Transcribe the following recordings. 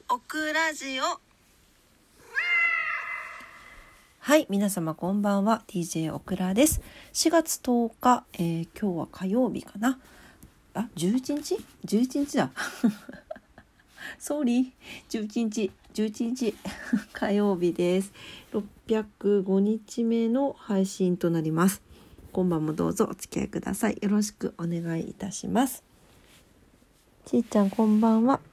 オクラジオ。 はい、皆様こんばんは。 DJ オクラです。4月10日、今日は火曜日かな。11日 ?11 日だソーリー、11日火曜日です。605日目の配信となります。今晩もどうぞお付き合いください。よろしくお願いいたします。ちーちゃんこんばんは。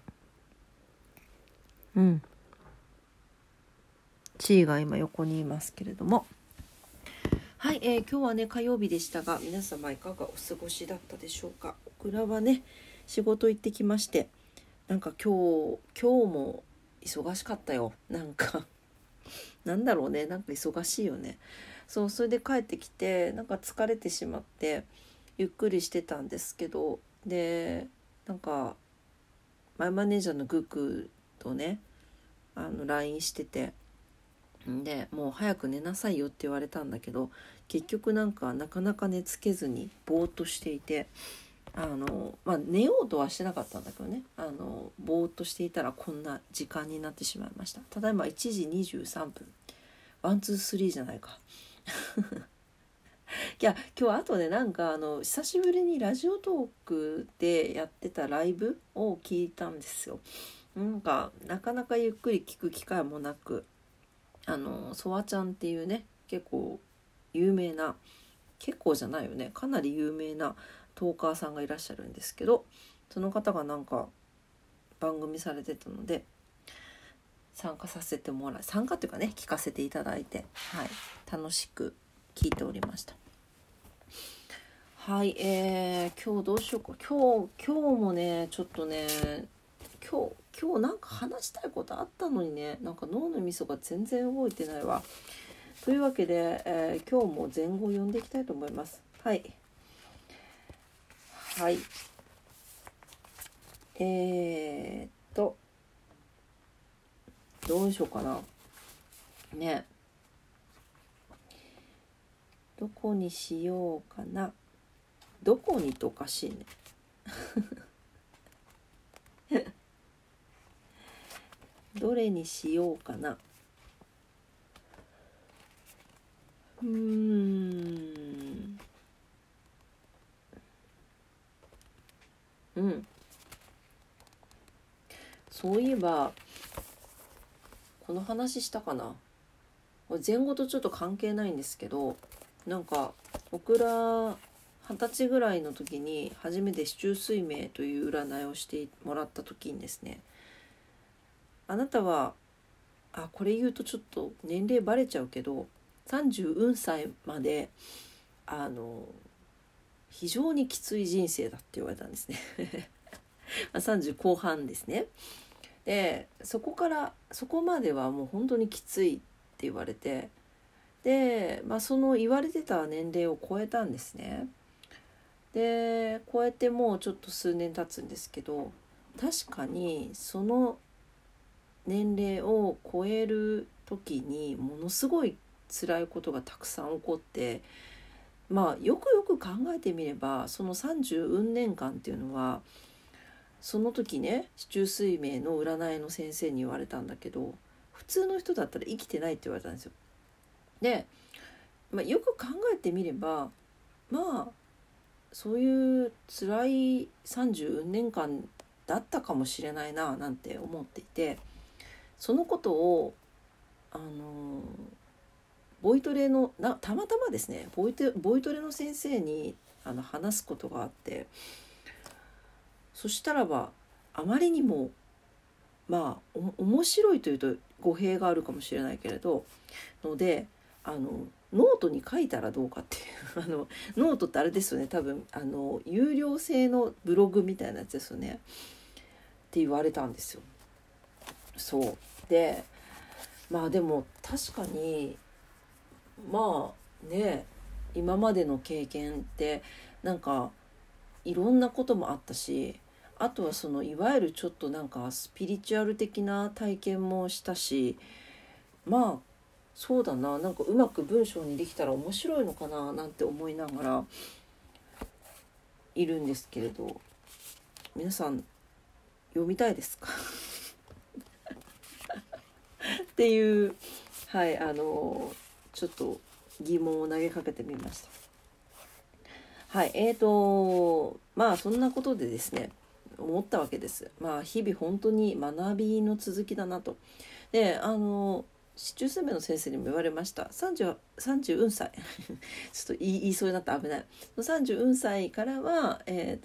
ちーが今横にいますけれども、はい、今日はね火曜日でしたが、皆様いかがお過ごしだったでしょうか。オクラはね仕事行ってきまして、なんか今日も忙しかったよ。なんだろうね、なんか忙しいよね。それで帰ってきてなんか疲れてしまってゆっくりしてたんですけど、でなんかマイマネージャーのグックとねLINE してて、でもう早く寝なさいよって言われたんだけど、結局なかなか寝つけずにぼーっとしていて、寝ようとはしてなかったんだけどね、ぼーっとしていたらこんな時間になってしまいました。ただいま1時23分、1,2,3じゃないかいや今日あとね久しぶりにラジオトークでやってたライブを聞いたんですよ。なかなかゆっくり聞く機会もなく、ソワちゃんっていうね結構有名な、結構じゃないよね、かなり有名なトーカーさんがいらっしゃるんですけど、その方が番組されてたので参加っていうかね聞かせていただいて、はい、楽しく聞いておりました。はい、今日どうしようか。今日もねちょっとね今日なんか話したいことあったのにね、脳のみそが全然動いてないわ。というわけで、今日も前後を読んでいきたいと思います。はいどうしようかなね。どこにしようかな。どこにとおかしいねどれにしようかな。そういえばこの話したかな。前後とちょっと関係ないんですけど、僕ら20歳ぐらいの時に初めて四柱推命という占いをしてもらった時にですね、あなたはこれ言うとちょっと年齢バレちゃうけど30歳まで非常にきつい人生だって言われたんですね30後半ですね。でそこまではもう本当にきついって言われて、で、その言われてた年齢を超えたんですね。で超えてもうちょっと数年経つんですけど、確かにその年齢を超える時にものすごい辛いことがたくさん起こって、よくよく考えてみればその30運年間っていうのは、その時ね四柱推命の占いの先生に言われたんだけど、普通の人だったら生きてないって言われたんですよ。で、よく考えてみればそういう辛い30運年間だったかもしれないななんて思っていて、そのことをボイトレのたまたまですねボイトレの先生に話すことがあって、そしたらばあまりにも面白いというと語弊があるかもしれないけれどのでノートに書いたらどうかっていうノートってあれですよね、多分有料制のブログみたいなやつですよねって言われたんですよ。そうででも確かに今までの経験っていろんなこともあったし、あとはそのいわゆるちょっとスピリチュアル的な体験もしたし、そうだな、うまく文章にできたら面白いのかななんて思いながらいるんですけれど、皆さん読みたいですかっていう、はい、ちょっと疑問を投げかけてみました。はい、まあそんなことでですね、思ったわけです。まあ日々本当に学びの続きだなと。で、市中数名の先生にも言われました。30歳ちょっと言いそうになったら危ない。30歳からは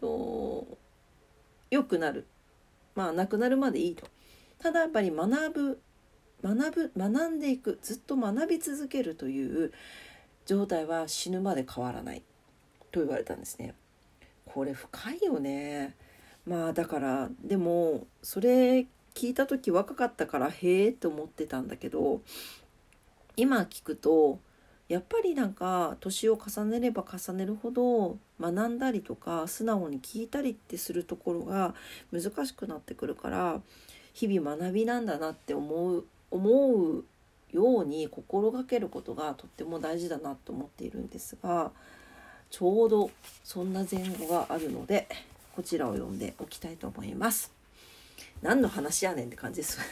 良くなる。まあなくなるまでいいと。ただやっぱり学んでいく、ずっと学び続けるという状態は死ぬまで変わらないと言われたんですね。これ深いよね。まあだからでもそれ聞いた時若かったからへえと思ってたんだけど、今聞くとやっぱりなんか年を重ねれば重ねるほど学んだりとか素直に聞いたりってするところが難しくなってくるから、日々学びなんだなって思うように心がけることがとっても大事だなと思っているんですが、ちょうどそんな前後があるのでこちらを読んでおきたいと思います。何の話やねんって感じです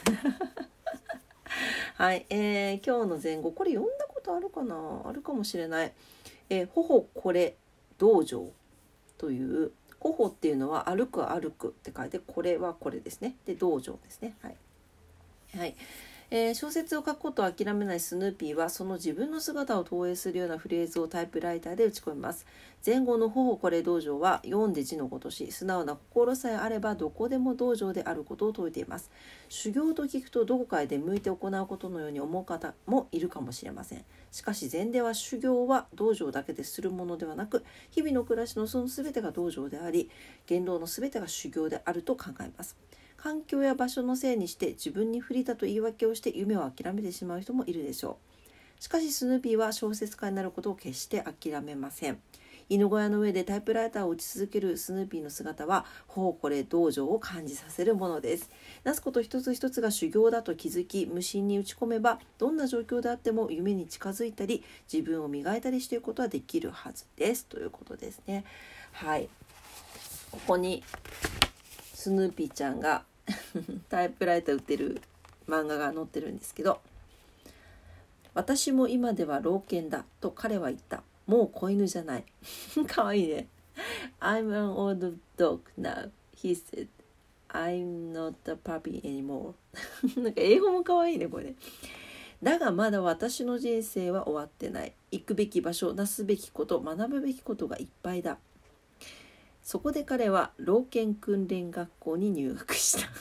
はい、今日の前後これ読んだことあるかな、あるかもしれない。ほほこれ道場という、ほほっていうのは歩くって書いて、これはこれですね。で道場ですね。はい、はい小説を書くことを諦めないスヌーピーはその自分の姿を投影するようなフレーズをタイプライターで打ち込みます。前後のほほこれ道場は読んで字のごとし、素直な心さえあればどこでも道場であることを説いています。修行と聞くとどこかへ出向いて行うことのように思う方もいるかもしれません。しかし禅では修行は道場だけでするものではなく、日々の暮らしのその全てが道場であり、言動の全てが修行であると考えます。環境や場所のせいにして自分に不利だと言い訳をして夢を諦めてしまう人もいるでしょう。しかしスヌーピーは小説家になることを決して諦めません。犬小屋の上でタイプライターを打ち続けるスヌーピーの姿はほうこれ道場を感じさせるものです。なすこと一つ一つが修行だと気づき、無心に打ち込めばどんな状況であっても夢に近づいたり自分を磨いたりしていくことはできるはずですということですね。はい、ここにスヌーピーちゃんがタイプライター売ってる漫画が載ってるんですけど、私も今では老犬だと彼は言った。もう子犬じゃないかわいいね。 I'm an old dog now, he said. I'm not a puppy anymore なんか英語もかわいいねこれね。だがまだ私の人生は終わってない。行くべき場所、なすべきこと、学ぶべきことがいっぱいだ。そこで彼は老犬訓練学校に入学した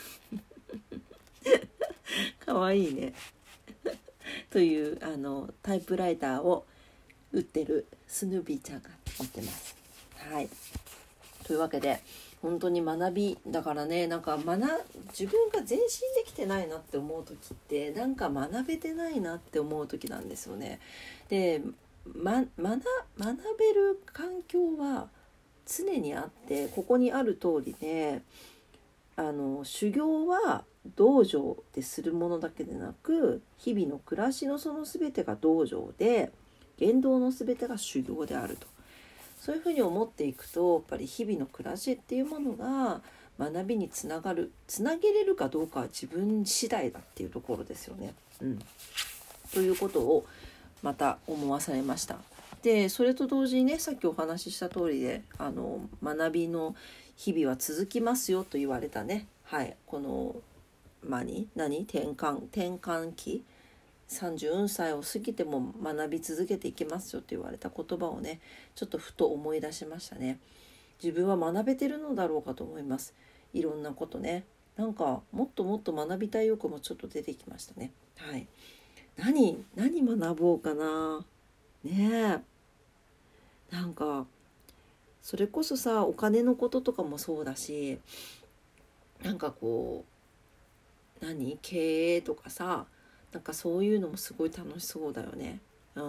かわいいねというタイプライターを売ってるスヌーピーちゃんが持ってます。はい、というわけで本当に学びだからね、なんか自分が前進できてないなって思う時ってなんか学べてないなって思う時なんですよね。で、学べる環境は常にあって、ここにある通りで修行は道場でするものだけでなく、日々の暮らしのその全てが道場で、言動の全てが修行であると。そういうふうに思っていくと、やっぱり日々の暮らしっていうものが学びにつなげれるかどうかは自分次第だっていうところですよね。ということをまた思わされました。でそれと同時にね、さっきお話しした通りで学びの日々は続きますよと言われたね。はい、この転換期、34歳を過ぎても学び続けていきますよと言われた言葉をね、ちょっとふと思い出しましたね。自分は学べてるのだろうかと思います。いろんなことね、なんかもっともっと学びたい欲もちょっと出てきましたね。はい、何学ぼうかなねえ。なんかそれこそさ、お金のこととかもそうだし、なんかこう経営とかさ、なんかそういうのもすごい楽しそうだよね。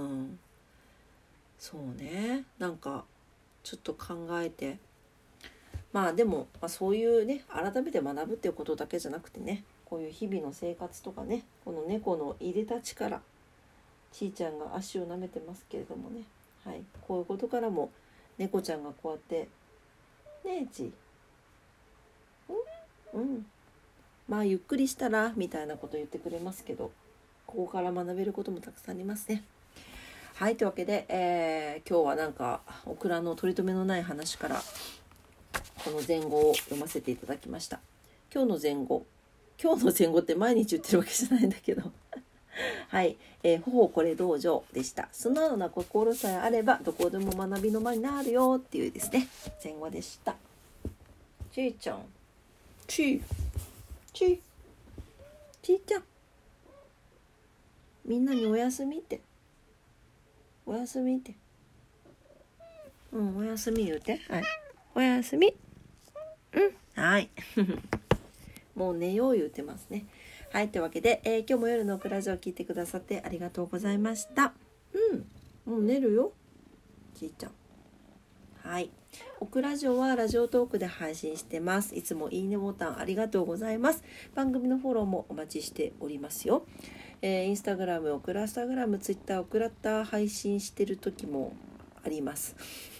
そうね、なんかちょっと考えて、でも、そういうね、改めて学ぶっていうことだけじゃなくてね、こういう日々の生活とかね、この猫のいでたちから、ちーちゃんが足を舐めてますけれどもね、はい、こういうことからも猫ちゃんがこうやってねえちゆっくりしたらみたいなこと言ってくれますけど、 ここから学べることもたくさんありますね。はい、というわけで、今日はなんかオクラの取り留めのない話からこの前後を読ませていただきました。今日の前後って毎日言ってるわけじゃないんだけどはい、ほほこれ道場でした。素直な心さえあればどこでも学びの場になるよっていうですね、前後でした。ちーちゃん、ちーちゃん、みんなにおやすみって、おやすみって、おやすみ言うて、はい、おやすみ、はいもう寝よう言うてますね。はい、というわけで、今日も夜のオクラジオを聞いてくださってありがとうございました。もう寝るよ、ちーちゃん。はい、オクラジオはラジオトークで配信してます。いつもいいねボタンありがとうございます。番組のフォローもお待ちしておりますよ。インスタグラム、オクラスタグラム、ツイッター、オクラッター配信してる時もあります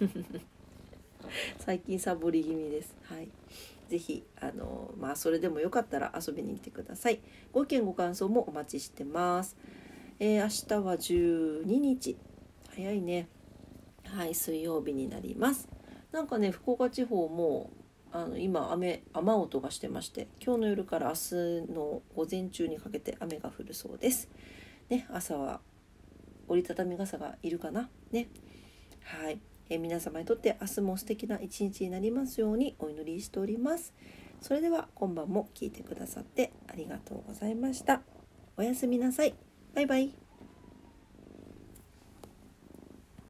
最近サボり気味です。はい、ぜひそれでもよかったら遊びに行ってください。ご意見ご感想もお待ちしてます。明日は12日、早いね。はい、水曜日になります。なんかね、福岡地方も今雨音がしてまして、今日の夜から明日の午前中にかけて雨が降るそうですね。朝は折りたたみ傘がいるかなね。はい、皆様にとって明日も素敵な一日になりますようにお祈りしております。それでは今晩も聞いてくださってありがとうございました。おやすみなさい。バイバイ。